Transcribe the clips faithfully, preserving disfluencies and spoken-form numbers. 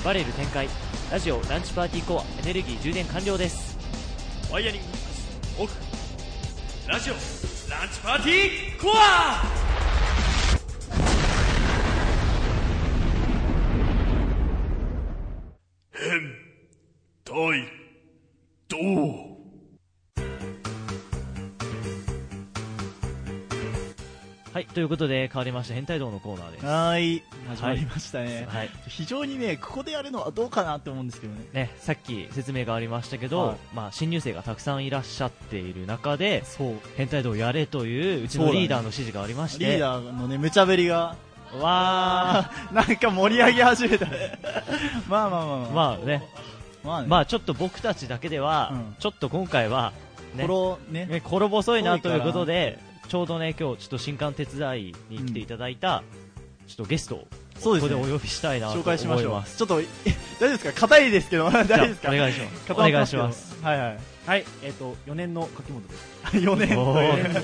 バレル展開。ラジオランチパーティーコア、エネルギー充電完了です。 ワイヤリングオフ。ラジオランチパーティーコア。変態どう。 はい、ということで変わりまして変態道のコーナーです。 はい、始まりましたね、 はい、 非常にねここでやるのはどうかなって思うんですけどね。 ね、さっき説明がありましたけど、はい、まあ新入生がたくさんいらっしゃっている中で、そう変態道をやれといううちのリーダーの指示がありまして、 ね、リーダーのね無茶ぶりがわーなんか盛り上げ始めたまあまあまあまあまあね、 まあね、 まあちょっと僕たちだけでは、うん、ちょっと今回はね、 こねね、ころ細いなということで、ちょうどね今日ちょっと新刊手伝いに来ていただいた、うん、ちょっとゲストをここでお呼びしたいなと思います。紹介しましょう。 ちょっと大丈夫ですか、硬いですけど大丈夫ですか。 お願いします。お願いします。 はいはいはい、えっ、ー、とよねんの柿本です。 よねんの柿本。 はいはい、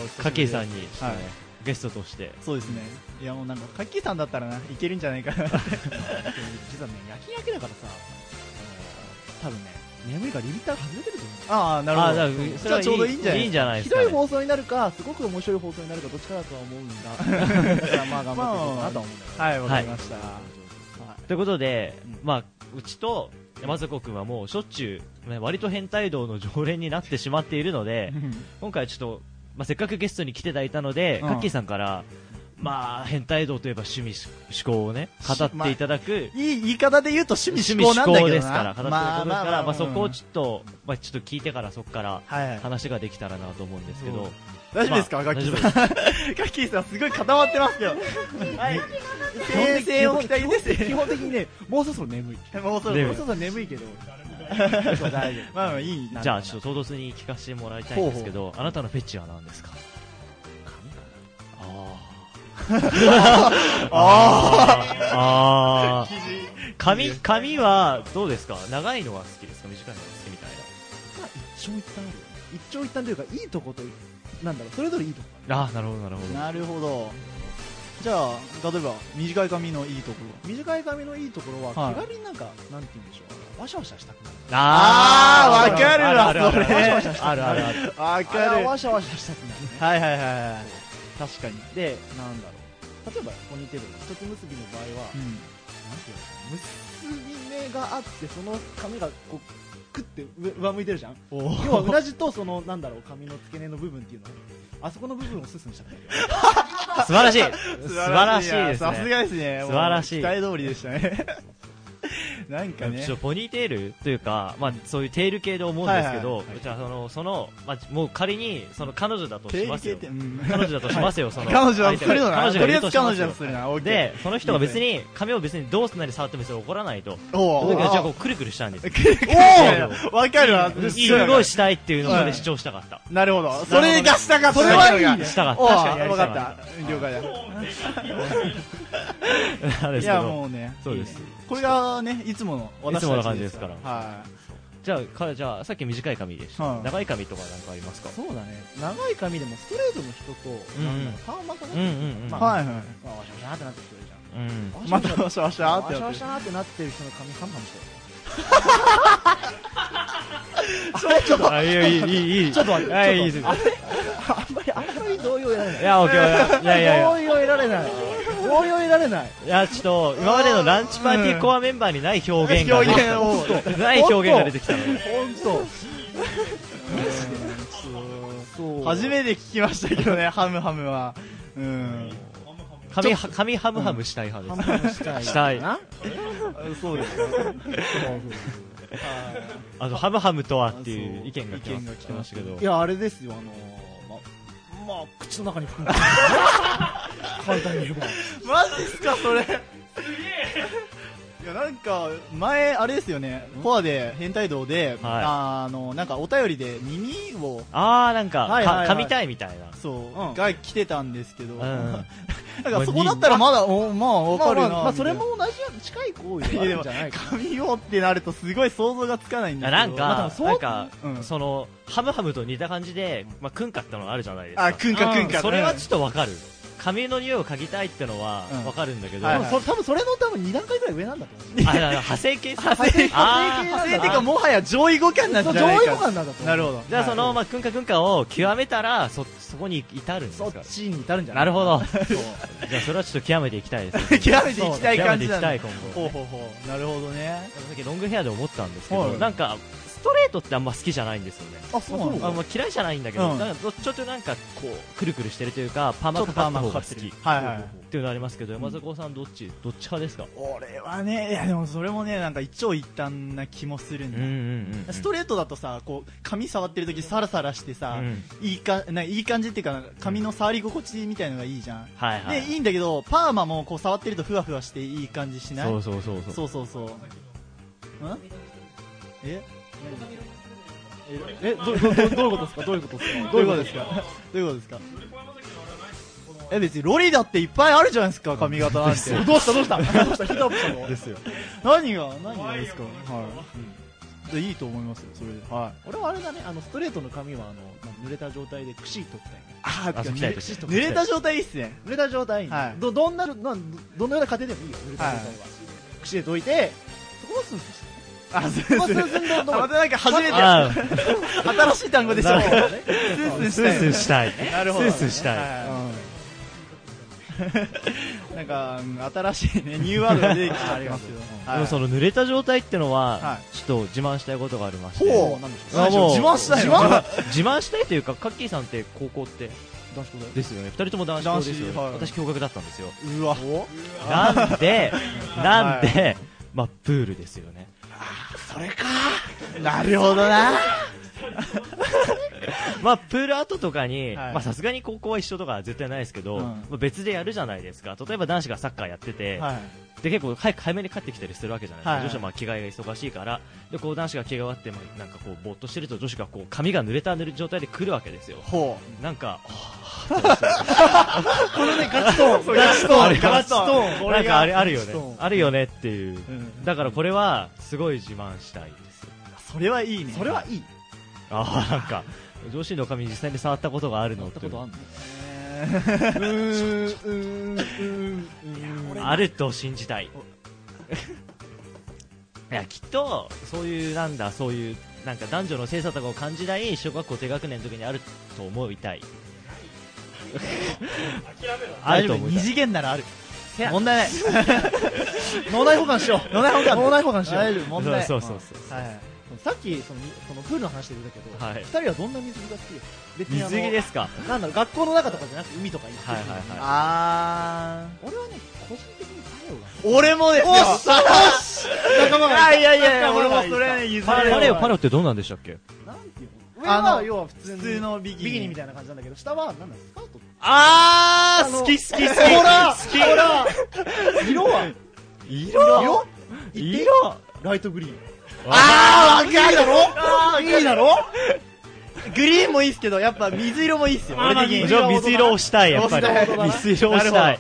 カキさんに、ね、はい、ゲストとして。 そうですね。いやもうなんかカキさんだったらないけるんじゃないかな。実はね夜勤明けだからさ、多分ね。眠いからリミッター外れてると思う。 ああ、なるほど。 それはちょうどいいんじゃないですか、ね。 ひどい放送になるか、すごく面白い放送になるか、どっちかだとは思うんだ。まあ頑張っていこうかなとは思うんだけど。 はい、わかりました。はいはい、ということで、うん、まあうちと山里君はもうしょっちゅう、ね、割と変態道の常連になってしまっているので、今回ちょっと、まあ、せっかくゲストに来ていただいたので、うん、カッキーさんから。まあ変態道といえば趣味思考をね語っていただく、 まあ、いい言い方で言うと趣味思考なんだけどな、 ですから語っていただくことですから、まあそこをちょっとまあちょっと聞いてからそこから話ができたらなと思うんですけど、 大丈夫ですか、ガッキーさん。ガッキーさんすごい固まってますよ。はい。先生を期待です。 基本的にね、もうそろそろ眠い。 もうそろそろ眠いけど。 まあまあいい。 じゃあちょっと唐突に聞かせてもらいたいんですけど、あなたのフェチは何ですか。あああ髪髪はどうですか。長いのが好きですか、短いのが好きみたいな。 まあ一長一短あるよね。一長一短というかいいとことなんだろう、それぞれいいとこ。 ああ、なるほどなるほどなるほど。じゃあ例えば短い髪のいいところ、 短い髪のいいところは気軽になんか、なんて言うんでしょう、ワシャワシャしたくなる。 ああ、わかるわそれ。 ワシャワシャしたくなる。 あるあるわかる。 ワシャワシャしたくなるね。 はいはいはいはい。確かに。 で、なんだろう、例えばポニーテールの一つ結びの場合は、うん、なんていうの、結び目があってその髪がこうクッて上向いてるじゃん。要はうなじとそのなんだろう、髪の付け根の部分っていうの、あそこの部分をスースーにしたくなるよ。 素晴らしい素晴らしいですね。 さすがですね。 素晴らしい。 期待通りでしたね。なんかね、 ポニーテールというか、まあ、そういうテール系で思うんですけど、じゃあそのその、まあ、もう仮にその彼女だとしますよ、うん、彼女だとしますよ、はい、その彼女だとするのな、 彼女がいるとしますよ。 彼女だとするな。 でその人が別に髪を別にどうすなり触ってもそれ怒らないと。 おお、じゃあこうくるくるしたんですよ。 おお、わかるわ。 すごいしたいっていうのまで主張したかった。 なるほど。それがしたかった。 それはいいね。 したかった。確かに分かった。了解だ。いやもうね、 そうです。 これがね、いつもの私たちいつもの感じですから。 はい。 じゃあかじゃあさっき短い髪でした。長い髪とかなんかありますか。 そうだね。長い髪でもストレートの人となんだろう、パーマかな。 うんうん。 はいはい。 ワシャワシャってなってる人いるじゃん。 うん。 またワシャワシャってワシャワシャってなってる人の髪ハムハムしてる。 ちょっと、 あ、いいいいいい。 ちょっと待って。 はい、いいです。 あんまりあんまり同意を得られない。 いや、オッケー。いやいやいや。 同意を得られない。同意を得られない。 いや、ちょっと今までのランチパーティーコアメンバーにない表現がない表現が出てきたの。 本当。初めて聞きましたけどね、ハムハムは。うん。 髪髪ハムハムしたい派です。 ハムハムしたい。 したい。 そうです。 あのハムハムとはっていう意見が来ましたけど。 いや、あれですよ、あのまあ口の中に含む。簡単に言えば。 マジですかそれ。すげえ。いやなんか前あれですよね、コアで変態道で、あのなんかお便りで耳をああなんか噛みたいみたいなそうが来てたんですけど、なんかそこだったらまだまあわかるな。 まあそれも同じ近い行為なんじゃないか。 髪をってなるとすごい想像がつかないんですけど。 なんかなんかそのハムハムと似た感じでまあクンカってのがあるじゃないですか。 あクンカクンカ。 それはちょっとわかる。 髪の匂いを嗅ぎたいってのはわかるんだけど、 多分それの多分に段階ぐらい上なんだと思う。 あ、派生系派生系派生っていうかもはや上位互換なんじゃないか。 上位互換なんだと思う。 なるほど。 じゃあそのまあくんかくんかを極めたらそそこに至るんですか。 そっちに至るんじゃない。 なるほど。じゃあそれはちょっと極めていきたいです。 極めていきたい感じなんだ。 極めていきたい今後。 ほうほうほう。なるほどね。 さっきロングヘアで思ったんですけど、なんかストレートってあんま好きじゃないんですよね。 あ、そうなの。 あ、まあ嫌いじゃないんだけど、なんかちょっとなんかこうくるくるしてるというかパーマかかった方が好き。 はいはい。 っていうのありますけど、山里さんどっちどっち派ですか。 俺はね、いやでもそれもねなんか一長一短な気もするんだ。ストレートだとさ、こう髪触ってる時サラサラしてさ、いいかないい感じっていうか髪の触り心地みたいのがいいじゃん。 はいはい。 でいいんだけどパーマもこう触ってるとふわふわしていい感じしない。 そうそうそうそうそうそう。ん？え？ え、ど、ど、ど、どういうことですかどういうことですかどういうことですかどういうことですかえ、別にロリだっていっぱいあるじゃないですか、髪型なんて。 どうしたどうしたどうしたヒートアップしたのですよ。何が何がですか。はい。でいいと思いますよ、それで。はい。 俺はあれだね、あの、ストレートの髪は、あの、濡れた状態で櫛取ったいね。 ああ、 濡れ濡れた状態いいっすね。 濡れた状態はい。 ど、どんな、どんなような家庭でもいいよ、濡れた状態は。櫛で溶いて、そこはスースーして。 あ、スースー。またなんか初めて新しい単語でしょ。スースーしたい。 なるほど。 スースーしたい。 なんか新しいねニューワードが出てきてありますけど。 でもその濡れた状態ってのはちょっと自慢したいことがありまして。 ほう。自慢したいの？ 自慢したいというか、カッキーさんって高校って男子校ですよね。二人とも男子校ですよね。私共学だったんですよ。 うわ。 なんでなんでまあプールですよね。 それか。なるほどな。 まあプール後とかにまあさすがに高校は一緒とかは絶対ないですけど、まあ別でやるじゃないですか。例えば男子がサッカーやってて、で結構早く早めに帰ってきたりするわけじゃないですか。女子はまあ着替えが忙しいから、でこう男子が着替え終わってまあなんかこうぼーっとしてると女子がこう髪が濡れた濡れ状態で来るわけですよ。 ほう。 なんかこのねガチトーンガチトーンガチトーンなんかあれあるよねあるよねっていう。だからこれはすごい自慢したいです。 それはいいね。 それはいい。 ああなんか上司の髪実際に触ったことがあるのってことあるの？あると信じたい。いやきっとそういうなんだそういうなんか男女の性差とかを感じない小学校低学年の時にあると思いたい。 あると思いたい。二次元ならある。問題ない。 脳内保管しよう。 脳内保管。 脳内保管しよう。 問題。 そうそうそう。 はい。さっきそのそのプールの話で言ったけど、二人はどんな水着が好きですか？ 水着ですか？ なんだろう学校の中とかじゃなくて海とか行って。 はいはいはい。 ああ。俺はね個人的にパレオが。俺もですよ。 おっしゃ。仲間が。 いやいやいや俺もそれね譲れない。 パレオパレオってどうなんでしたっけ？ なんていうの？上は要は普通普通のビギニみたいな感じなんだけど、下はなんだスカート。 あー好き好き好き。 ほら好き。ほら。色は？ 色？ 色？ 色？ ライトグリーン。 あーわかるだろ？ あーいいだろ？ グリーンもいいですけどやっぱ水色もいいっすよ。俺的に。 じゃあ水色をしたいやっぱり。水色をしたい。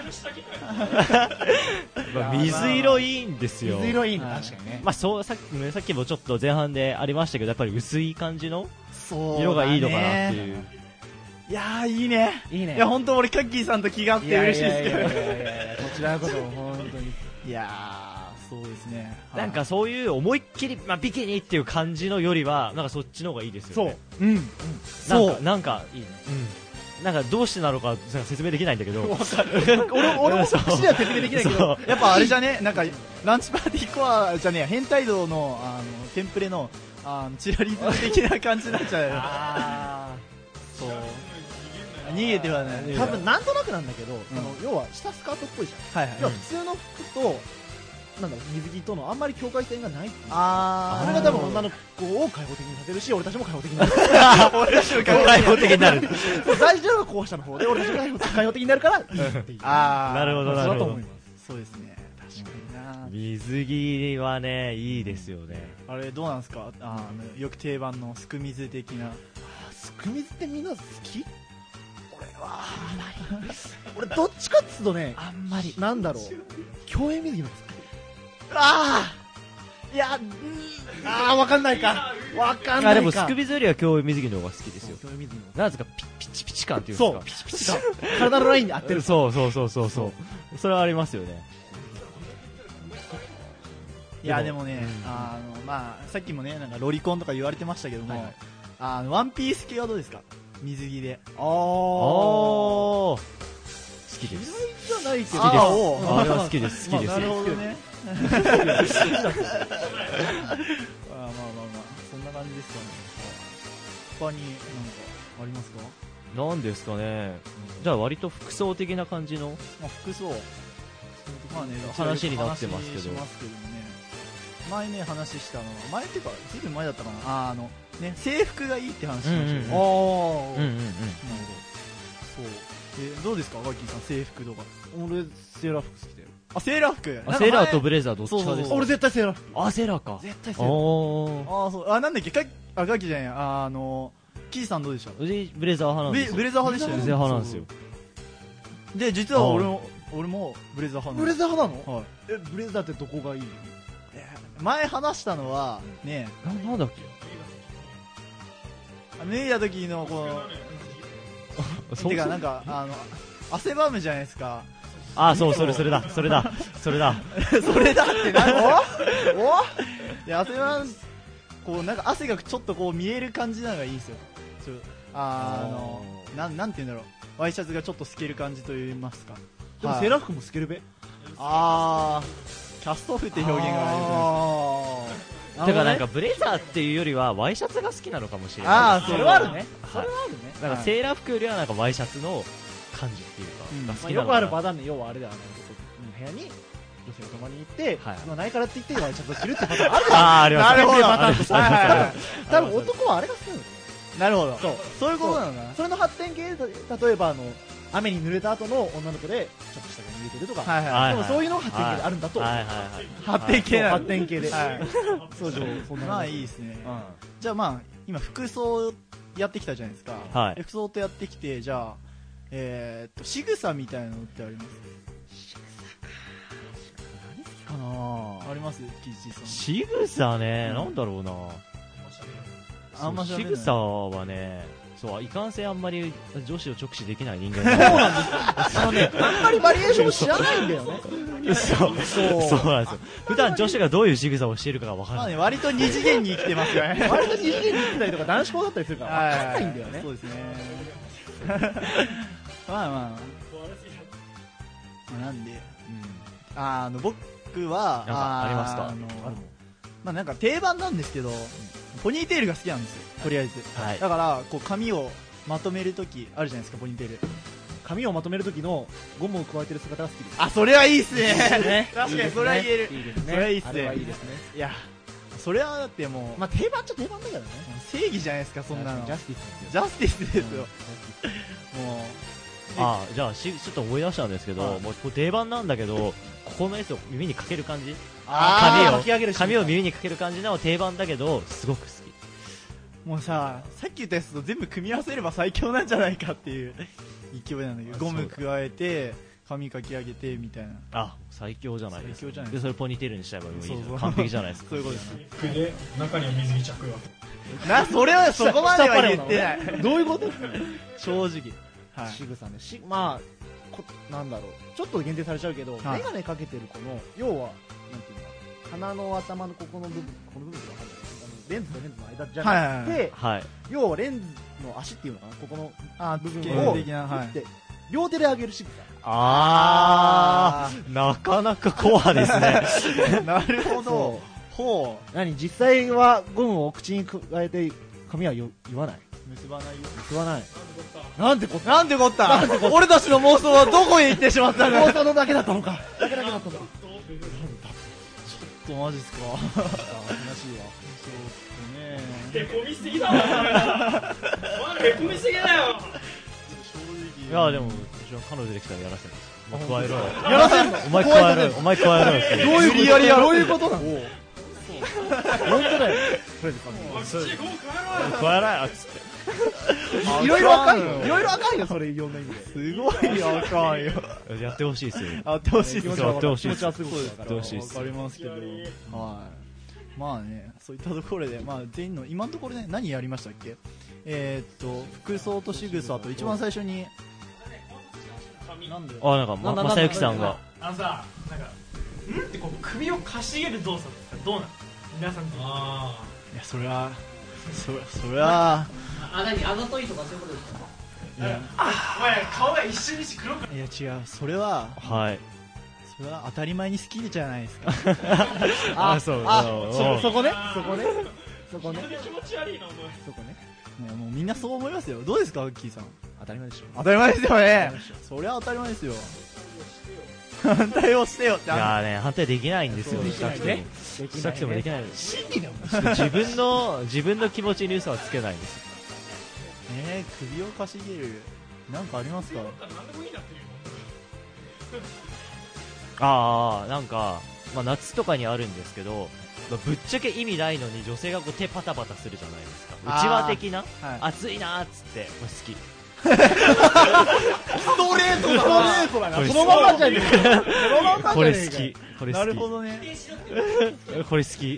水色いいんですよ。 水色いいね確かにね。 まあそうさっきねさっきもちょっと前半でありましたけどやっぱり薄い感じの色がいいのかなっていう。 いやーいいね。 いいね。 いや本当俺カッキーさんと気が合って嬉しいですけど。 こちらこそ本当に。 いやーそうですね。 なんかそういう思いっきりまあビキニっていう感じのよりはなんかそっちの方がいいですよね。 そう。うん。 なんかなんかいいね。なんかどうしてなのか説明できないんだけど。 わかる。俺俺も口では説明できないけど、やっぱあれじゃねなんかランチパーティーコアじゃねえ変態道のあのテンプレのあのチラリズム的な感じになっちゃうよ。ああ。そう。逃げてはない。 多分なんとなくなんだけど、その要は下スカートっぽいじゃん。 はいはい。 要は普通の服となんだろう水着とのあんまり境界線がないっていう。 ああ。それが多分女の子を開放的にさせるし、俺たちも開放的になる。 俺たちも開放的になる。 大事なのは後者の方で、俺たちが開放的になるからいいっていう。 ああ。 なるほどなるほど。 そうですね。確かにな。 水着はねいいですよね。 あれどうなんですか？あのよく定番のすく水的な。 すく水ってみんな好き？俺は俺どっちかっつうとね、 あんまりなんだろう競泳水着の方が好き。 ああいやああわかんないかわかんないか。 あでもすく水よりは競泳水着の方が好きですよ。 競泳水着のなぜかピッピッチピチ感っていうんそう、 ですか。 ピチピチが体のラインに合ってる。 そうそうそうそうそうそれはありますよね。 いやでもね、 うんあのまあさっきもねなんかロリコンとか言われてましたけども、 はいはいあのワンピース系はどうですか？水着で。 あー。 好きです。 嫌いじゃないけど。 好きですあーあれは好きです好きですまあなるほどね。まあまあまあまあそんな感じですかね。他になんかありますか？ なんですかね。じゃあ割と服装的な感じのまあ服装まあね話になってますけど話しますけどもね。前ね話したのは前っていうかずいぶん前だったかなあ、あのね制服がいいって話しましたよね。 うんうんああ、 うんうんうんなるほど。そうえどうですかガッキーさん制服とか。 俺、セーラー服好きだよ。 あセーラー服。 あセーラーとブレザーどっち派ですか？ 俺絶対セーラー服。 あセーラーか。 絶対セーラー服。 おーああそうあなんだっけかあガッキーじゃないああのキーさんどうでした？ うちブレザー派なんですよ。 ブレブレザー派でしたよね。 ブレザー派なんですよ。 で実は俺も俺もブレザー派ブレーザー派なの？ はいえ、ブレザーってどこがいいの？ 前話したのはねななんだっけ脱いだ時のこのそうてかなんかあの汗ばむじゃないですか。 あそうそれそれだそれだそれだそれだってなんかおおいや汗ばむこうなんか汗がちょっとこう見える感じなのがいいんですよ。ちょあーあのなんなんて言うんだろうワイシャツがちょっと透ける感じと言いますか。 でもはいセーラー服も透けるべ。 あーキャストオフって表現がああてかなんかブレザーっていうよりはワイシャツが好きなのかもしれない。 あーそれはあるね。 はいそれはあるね。 なんかセーラー服よりはなんかワイシャツの感じっていうか、 うんが好まあ、 きなのかな。 よくあるパターンで要はあれだよね、部屋に女性が泊まりに行って、 はい今ないからって言ってワイシャツを着るってパターンあるあーありますなるほどパターンとしてはいはいはい多分男はあれが好きなのよ。 なるほどそうそういうことなのかな。 それの発展系で例えばあの雨に濡れた後の女の子でちょっと下が見えてるとか、 はいはいはいでもそういうのが発展系であるんだと、 はいはいはい発展系なの発展系で、 はいそうそうそんなまあいいですね。 うんじゃあまあ今服装やってきたじゃないですか。 はい服装とやってきてじゃあえー、っと仕草みたいなのってあります？ かなありますキッチーさん。 仕草ね、なんだろうな。 あんまそう喋んない仕草はね、そういかんせんあんまり女子を直視できない人間そうなんですよ。あのね、 あんまりバリエーション知らないんだよね。 そうそうそうなんですよ。普段女子がどういう仕草をしているかがわからない。 まあね割と二次元に生きてますよね。 割と二次元に行ってたりとか男子校だったりするから分かんないんだよね。 そうですね。まあまあ、まあ、なんで、あの僕はなんかありますかあのまあなんか定番なんですけど、ポニーテールが好きなんですよ。とりあえず。 はい。 だからこう髪をまとめるときあるじゃないですかポニーテール。 髪をまとめる時のゴムを加えてる姿が好きです。 あそれはいいっすね。 ね確かにそれは言える。 いいですね。 それはいいっすねあれはいいですね。 いやそれはだってもう、 まあ定番っちゃ定番だけどね。 正義じゃないですかそんなの。 ジャスティスですよ。 ジャスティスですよ。もうあじゃあしちょっと思い出したんですけど、 はいもうこれ定番なんだけど、ここのやつを耳にかける感じ、 あー髪を巻き上げる髪を耳にかける感じの定番だけどすごく好き。 もうささっき言ったやつと全部組み合わせれば最強なんじゃないかっていう勢いなんだけど、ゴム加えて髪かき上げてみたいな。 あ最強じゃないですか。 最強じゃないでそれポニーテールにしちゃえばいいじゃんそうそう完璧じゃないですか。 そういうことです服で中には水着着用。 なそれはそこまでは言ってない。 どういうこと？ 正直はい仕草ね。しまあこなんだろう。ちょっと限定されちゃうけど、 はいメガネかけてる子の要はなんていうの鼻の頭のここの部分この部分とかわかんない。あのレンズとレンズの間じゃなくて、 はい。 要はレンズの足っていうのかなここのあ部分基を本的なはいで両手で上げる仕草。 あーなかなかコアですね。 なるほどそほ何実際はゴムを口に加えて髪はよ言わない。 う結ばないよ。 言わない。なんてこと。 なんてこった俺たちの妄想はどこへ行ってしまったんだ。 妄想のだけだったのか。だけだけだったのか。 ちょっとマジっすか。 話は。 そうねへこみすぎだわ。お前へこみすぎだよ。 いやでも私は彼女できたらやらせます。お前加えろよ。 やらせんのお前加えろよ。お前加えろよって。 どういう無理やりやろうどういうことなの？本当だよ。それでおい、ちご帰ろうよ。 加えろよっつって。 いろいろあかんよ。いろいろあかんよ、それいろんな意味で。 すごいよ、あかんよ。 やってほしいですよ。 あってほしいですやってほしい気持ちはすごくそうわかるやってほしいですわかりますけど、はい。まあね、そういったところで、まあ全員の、今のところね、何やりましたっけえー、っと服装と仕草と一番最初になんであ、なんか、ま、正幸さんが。 あのさ、なんか、んってこう首をかしげる動作ってどうなの皆さん的に。あいやそれはそそれはあ、なにあざといとかそういうことですか。 いやあ、お前顔が一瞬にして黒く。 いや違うそれははい。 それは当たり前に好きじゃないですかあ、そう。 あうんそそこねそこねそこね気持ち悪いなお前。 そこねねもうみんなそう思いますよ。どうですかアッキーさん。 当たり前でしょ。 当たり前ですよね。そりゃ当たり前ですよ。反対をしてよっていやーね、反対できないんですよ、 そうしたくても。したくてもできない。 真理だよ自分の、自分の気持ちに嘘はつけないんですよ。 えー、首をかしげるなんかありますか。 なんでもいいなっていうああ、なんか、まあ、夏とかにあるんですけど、まあぶっちゃけ意味ないのに女性がこう手パタパタするじゃないですか。うちわ的な、 はい、 暑いなーっつって、これ好き。 ストレートだな。 トだこれな。そのままじゃねえか。そのまんまじゃねえか。 これ好き。これ好き。 なるほどね。 これ好き。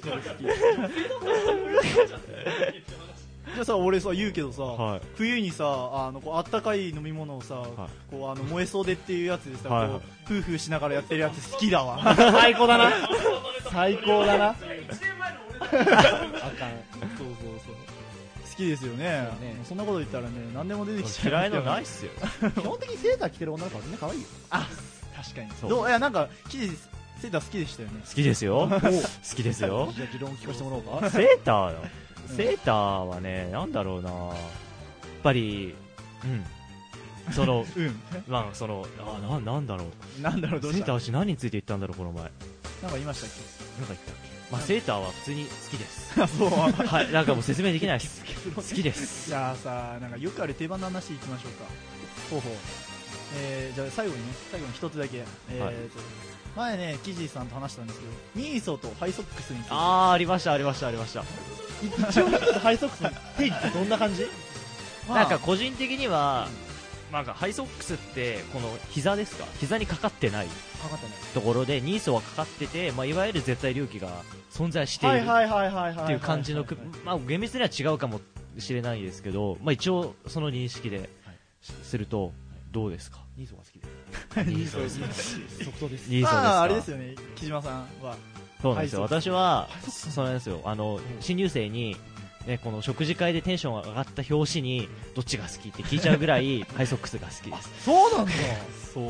じゃあさ俺さ言うけどさ、 はい冬にさあのこうあったかい飲み物をさ、こうあの燃え袖っていうやつでさ、 はいこうフーフーしながらやってるやつ好きだわ。 最高だな。最高だな。 いちねんまえの俺あかん。 そうそうそう好きですよね。 ねそんなこと言ったらね何でも出てきちゃう。 嫌いのないっすよ。 基本的にセーター着てる女の子はみんな可愛いよ。 あ確かにそうどういやなんか記事セーター好きでしたよね。 好きですよ。好きですよ。 じゃあ持論聞かせてもらおうか。 セーターよ。セーターはね、なんだろうな、やっぱり、うん、その、 うんまあ、その、あ、な、なんだろう、 なんだろうどうしたセーター私何について言ったんだろう、この前。なんかなんか言いましたっ言ったっけ。まあ、セーターは普通に好きです。 け。あそうはい、なんかもう説明できないです。好きです。 じゃあさなんかよくある定番の話いきましょうか。 ほうほう。 えー、じゃあ最後にね最後に一つだけ、えーはいと前ねキジーさんと話したんですけどニーソとハイソックスについて。 あー、ありました、ありました、ありました。 一応ちょっとハイソックスの定義ってどんな感じ？ まあなんか個人的には、なんかハイソックスって、この膝ですか、膝にかかってないかかってない。 ところで、ニーソはかかってて、まあ、いわゆる絶対隆起が存在している。 はいはいはいはいはい。 っていう感じのく、まあ、厳密には違うかもしれないですけど、まあ、一応その認識で、するとどうですか。 ニーソが好きです。 ニーソですね。 即答です。 ニーソですか。 まああれですよね木島さんは。 そうなんですよ。 ハイソックス私はそうなんですよ。あの新入生にね、この食事会でテンションが上がった表紙にどっちが好きって聞いちゃうぐらいハイソックスが好きです。 そうなんだ。 そう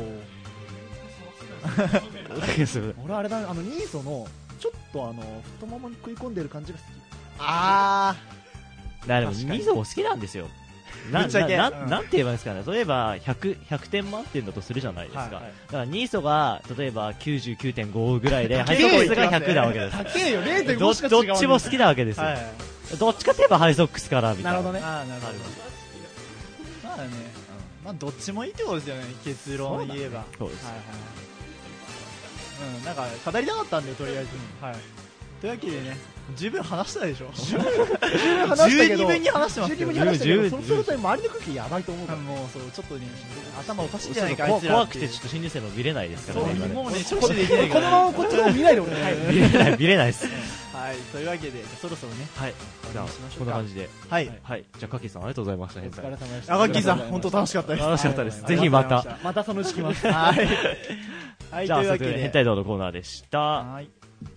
俺あれだ、あのニーソのちょっとあの太ももに食い込んでる感じが好き。 あだからでも確かにニーソも好きなんですよ。なぶっちゃけななうんなんて言えばいいんですかね。例えばひゃく、ひゃくてん満点だとするじゃないですか。 はいはいだからニーソが例えばきゅうじゅうきゅうてんごぐらいでハ高えよイソックスがひゃくなわけです。 高えよ、れいてんどごしか違わない。 どっちも好きなわけですよ。 はいどっちかといえばハイソックスかなみたいな。 なるほどね。 ああなるほどあるまあね、まあどっちもいいってことですよね結論を言えば。 そうです。 はいはいうんなんか語りたかったんだよとりあえず。はいというわけでね十分話したでしょ。 十分話したけど。 十二分に話してますけど十二分に話したけど、 十そうすると周りの空気やばいと思うから。 もうそうちょっとね頭おかしいんじゃないちょっとこかあいつら怖くてちょっと新入生の見れないですからね。今ねもうね直視できないからこのままこっちの方見ないで俺ね。 見れない、見れないです。 はいというわけでそろそろねはい。じゃあしましょうかこんな感じで。 はいはい。じゃあカッキーさんありがとうございました。 お疲れ様でした。 あガッキーさん本当楽しかったです。 楽しかったです。 はいぜひまた。 またそのうち来ます。 はいはいじゃあ、 というわけで早速変態道のコーナーでした。 はい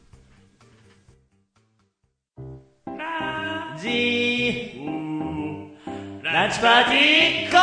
じーランチパーティーコー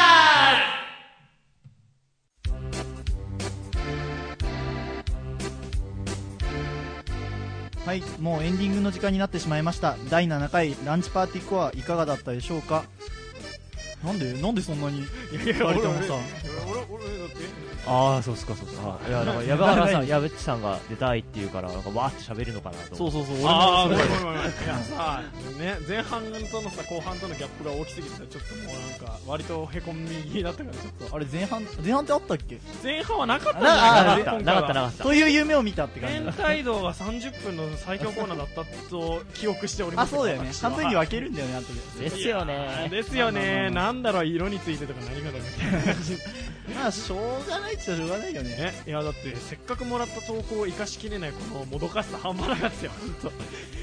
はいもうエンディングの時間になってしまいました。だいななかいランチパーティーコアいかがだったでしょうか。なんでなんでそんなにふたりともさああ、そうっすか、そうっすか。いや、なんか、矢部原さん、矢部っちさんが出たいって言うから、なんか、わーって喋るのかなと。 そうそうそう俺もああ、 それごめんごめんごめん。いやさ、ね、前半とのさ、後半とのギャップが大きすぎてさ、ちょっともうなんか、割とへこみだったから、ちょっと。 あれ前半前半ってあったっけ前半はなかったんなあだよなかった、なかった、なかった。 という夢を見たって感じ変態道がさんじゅっぷんの最強コーナーだったと記憶しております。 あそうだよね私は半分に分けるんだよねあの時。 ですよね。 ですよね。なんだろう、色についてとか何かだみたいな感じ。 まあしょうがないっちゃしょうがないよね。 ね、いやだってせっかくもらった投稿を生かしきれないこのもどかしさ半端なかったよ、本当。い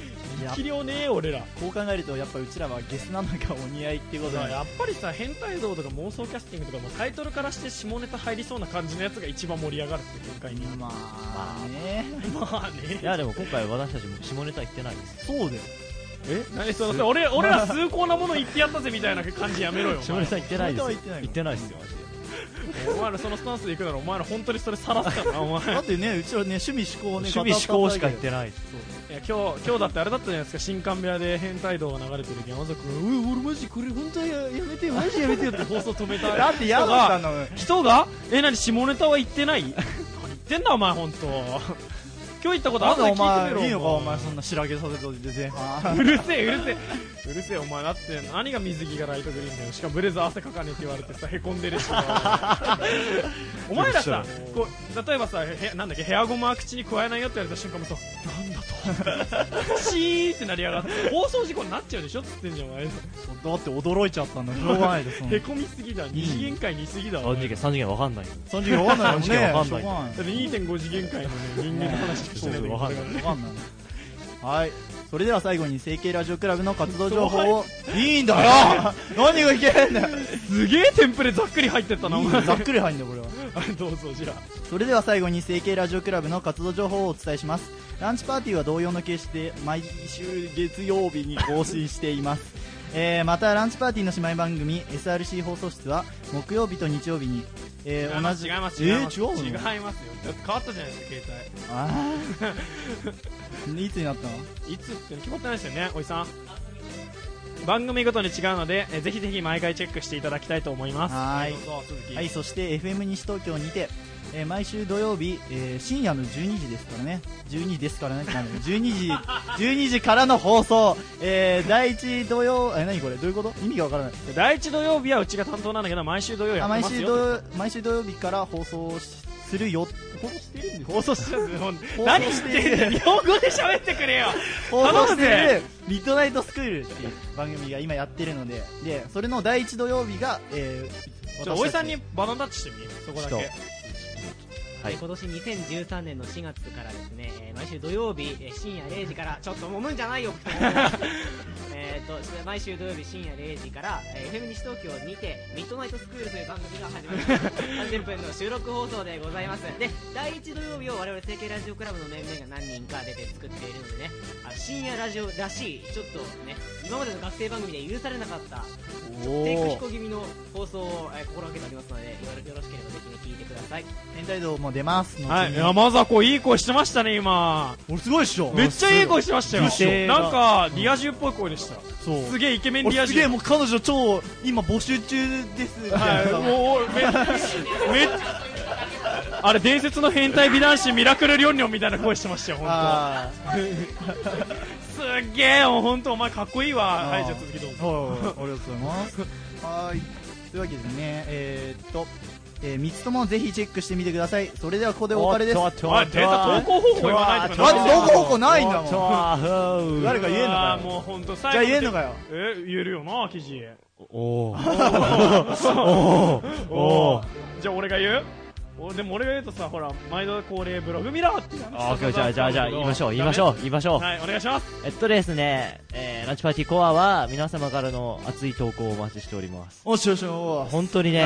器量ねえ俺ら。 こう考えるとやっぱうちらはゲスなのがお似合いってことだね。 やっぱりさ、変態道とか妄想キャスティングとかもタイトルからして下ネタ入りそうな感じのやつが一番盛り上がるって展開に。 まあね。 まあね。 いやでも今回私たちも下ネタ言ってないです。 そうだよ。 え何その俺俺ら崇高なもの言ってやったぜみたいな感じやめろよ。 下ネタ言ってないですよ。 下ネタは言ってないですよマジで。 お前らそのスタンスでいくならお前ら本当にそれ晒すからなお前。 だってね、うちらね、趣味思考ね、 趣味思考しか言ってないです。 いや今日今日だってあれだったじゃないですか、新刊部屋で変態道が流れてる時山崎君が「う俺マジこれ本当ややめてよマジやめてよ」って放送止めただって嫌だったの。 人がえ何下ネタは言ってない何言ってんだお前本当今日言ったことあなんるの聞いてみろ。 だお前、いいのかお前そんな白毛させといて前半。 うるせえうるせえうるせえお前だって何が水着がライトグリーンだよ。しかもブレザー汗かかねえって言われてさへこんでるしお前らさこう例えばさへなんだっけヘアゴムは口に加えないよって言われた瞬間もさなんだとシーってなりやがって放送事故になっちゃうでしょっつってんじゃんお前。 だって驚いちゃったんだ。しょうがないです。 へこみすぎだ二次元界にすぎださん次元さん次元わかんない。 さん次元わかんないもんね。 さん次元わかんないしょうがだって にてんご 次元界のね人間の話しかしてないんだけどわかんないわかんない。はい。それでは最後に成形ラジオクラブの活動情報を。いいんだよ何がいけないんだよ。 すげえテンプレざっくり入ってったなお前。 ざっくり入んだよこれは。 はいどうぞじゃあ。 それでは最後に成形ラジオクラブの活動情報をお伝えします。ランチパーティーは同様の形式で毎週月曜日に更新しています。えー、またランチパーティーの姉妹番組 エスアールシー 放送室は木曜日と日曜日に、えー、同じ違います違いますえー、違うの違いますよ。だって変わったじゃないですか携あーいつになったの。 帯。いつって決まってないですよねおじさん。番組ごとに違うので、えーぜひぜひ毎回チェックしていただきたいと思います。 はーいどうぞ続き。 はい、そして エフエム 西東京にて、えー毎週土曜日、えー深夜のじゅうにじですからね、じゅうにじですからねってなんだよじゅうにじ、じゅうにじからの放送、えー、第一土曜、え、何これ、どういうこと意味がわからない。 第一土曜日はうちが担当なんだけど毎週土曜やあってますよ。 毎週土曜、毎週土曜日から放送しするよ、放送してるんです放送してるんですよ。 放何言っ送しててんだよ日本語で喋ってくれよ。 放送して頼むぜるミッドナイトスクールっていう番組が今やってるので、で、それの第一土曜日が、えー、 ちょおじさんにバナナタッチしてみそこだけ。 はい今年にせんじゅうさんねんのしがつからですね、えー毎週土曜日、えー深夜れいじからちょっと揉むんじゃないよえーと毎週土曜日深夜れいじから、えー、エフエム 西東京にてミッドナイトスクールという番組が始まりますさんじゅっぷんの収録放送でございます。で第一土曜日を我々成形ラジオクラブのメンバーが何人か出て作っているのでね、あ深夜ラジオらしいちょっとね今までの学生番組で許されなかったちょっとテイク飛行気味の放送を、えー心がけておりますのでよろよろしければぜひね聞いてください。 変態道も出ますので、 はい、山里いい声してましたね今。 俺すごいっしょ。 めっちゃいい声してましたよ。 女性がなんかリア充っぽい声でした。 そうすげえイケメンリア充。 俺すげえもう彼女超今募集中ですみたいな。 はい、もうめめあれ伝説の変態美男子ミラクルリョンリョンみたいな声してましたよ本あ当。すっげえ本当お前かっこいいわ。 あーはいじゃあ続きどうぞ。 ーはい、ありがとうございます。はい。というわけでね、えー、っと、えー、みっつともぜひチェックしてみてください。それではここでお別れです。 おっとおいデータ投稿方法言わないとかだって投稿方法ないんだもん。 ん誰か言えんのかよ。 あーもう本当最じゃ後あ言えんのかよ。 え言えるよな記事。 おーおーおーじゃあ俺が言う。おでも俺が言うとさほら毎度恒例ブログミラーってあーじゃあじゃあじゃあ言いましょう言いましょう言いましょうはいお願いします。 えっとですね、えー、ランチパーティーコアは皆様からの熱い投稿をお待ちしております。 おしよしよ。 本当にね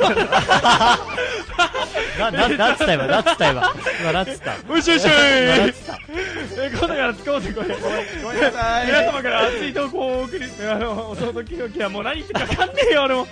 な、な、なんつった今なんつった今今なんつったよしよしよ今なんいつったえ今度から使おうってこれごめんなさい。 皆様から熱い投稿をお送りあのお届け時はもう何言ってるか分かんねえよ俺も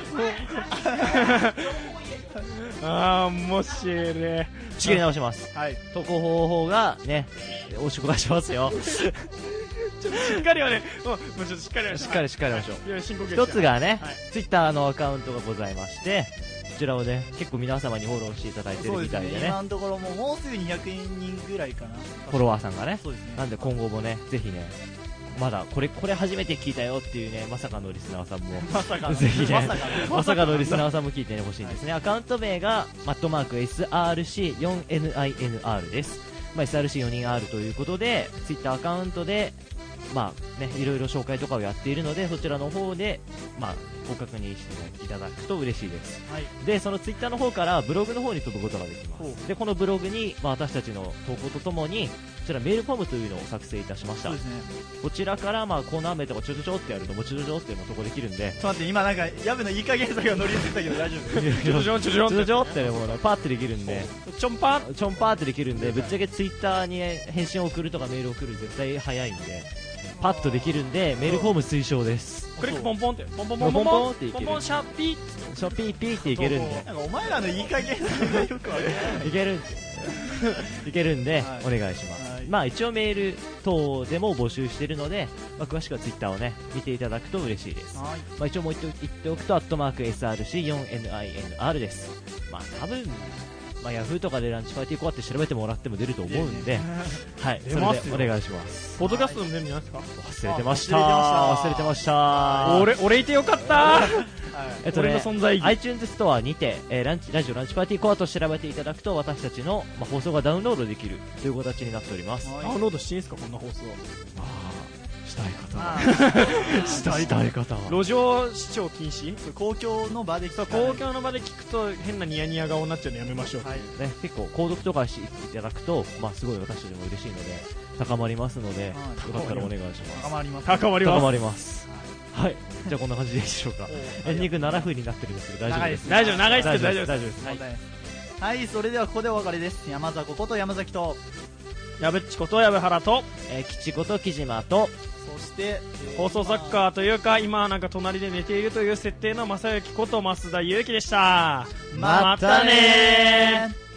ああ面白い。 仕切り直します。 はい。 投稿方法がねお紹介しますよちょっとしっかりはねもうもうちょっとしっかりはしっかりしっかりやりましょう。 いや深呼吸して一つがね、 はいツイッターのアカウントがございましてこちらをね結構皆様にフォローしていただいてるそうですね。 みたいでね今のところもうもうすぐにひゃくにんぐらいかな。 フォロワーさんがねそうですね。 なんで今後もねぜひねまだこれこれ初めて聞いたよっていうねまさかのリスナーさんもまさかの。 ぜひねまさかの。 まさかのリスナーさんも聞いてほしいんですね。アカウント名がマットマーク エスアールシーよんエヌアイエヌアール です。まあ、エスアールシーよにんアール ということでツイッターアカウントでまあね、いろいろ紹介とかをやっているので、そちらの方で、まあ、ご確認していただくと嬉しいです。 はい、 で、そのツイッターの方からブログの方に飛ぶことができます。で、このブログに、まあ、私たちの投稿とともに、こちらメールフォームというのを作成いたしました。 そうですね、 こちらから、まあ、コーナー名とかちょちょちょってやると、もちろちょちょっていうの投稿できるんで、 ちょっと待って、今なんかヤブのいい加減さが乗り移ったけど大丈夫？ ちょちょちょちょちょちょちょってね、もうねパーってできるんで、 ちょんぱちょんパーってできるんで、ぶっちゃけツイッターに返信を送るとかメールを送る絶対早いんで、パッとできるんで、メールフォーム推奨です。 クリックポンポンってポンポンポンポンポンっていけるポンポンシャッピーシャッピーピーっていけるんで、 なんかお前らのいい加減さがよくわかんない。 いけるんでいけるんで、 はいお願いします、 はい、 まあ一応メール等でも募集しているので、まあ、詳しくはツイッターをね見ていただくと嬉しいです。 はい、 まあ、一応もう一度言っておくとアットマーク エスアールシーよんエヌアイエヌアール です。まあ多分まあ、ヤフーとかでランチパーティーコアって調べてもらっても出ると思うんで、はい、それでお願いします。 ポッドキャストのメモなんですか？ 忘れてました忘れてました忘れてました俺俺いてよかったえっとね、 俺の存在意義 iTunes ストアにて、えー、ランチラジオランチパーティーコアと調べていただくと私たちの、まあ、放送がダウンロードできるという形になっております。 はいダウンロードしていいんですかこんな放送？ まあしたい方はあしたいしたい方は路上視聴禁止？ ー公共の場で聞そうかない公共の場で聞くと変なニヤニヤ顔になっちゃうのやめましょう。 はい、 ね、結構購読とかしていただくと、まあ、すごい私たちも嬉しいので高まりますので、よかったらお願いします。 高まります。 高まります高まりますはい、じゃあこんな感じでしょうか。エンディングななふんになってるんですけど大丈夫です。 大丈夫長いっすけど大丈夫大丈夫です。大丈夫です。 はい、はい、それではここでお別れです。山里こと山崎と、 やぶっちことやぶはらとえー、吉子と木島とそして、えー放送作家というか今なんか隣で寝ているという設定の正幸こと増田祐樹でした。 またねー。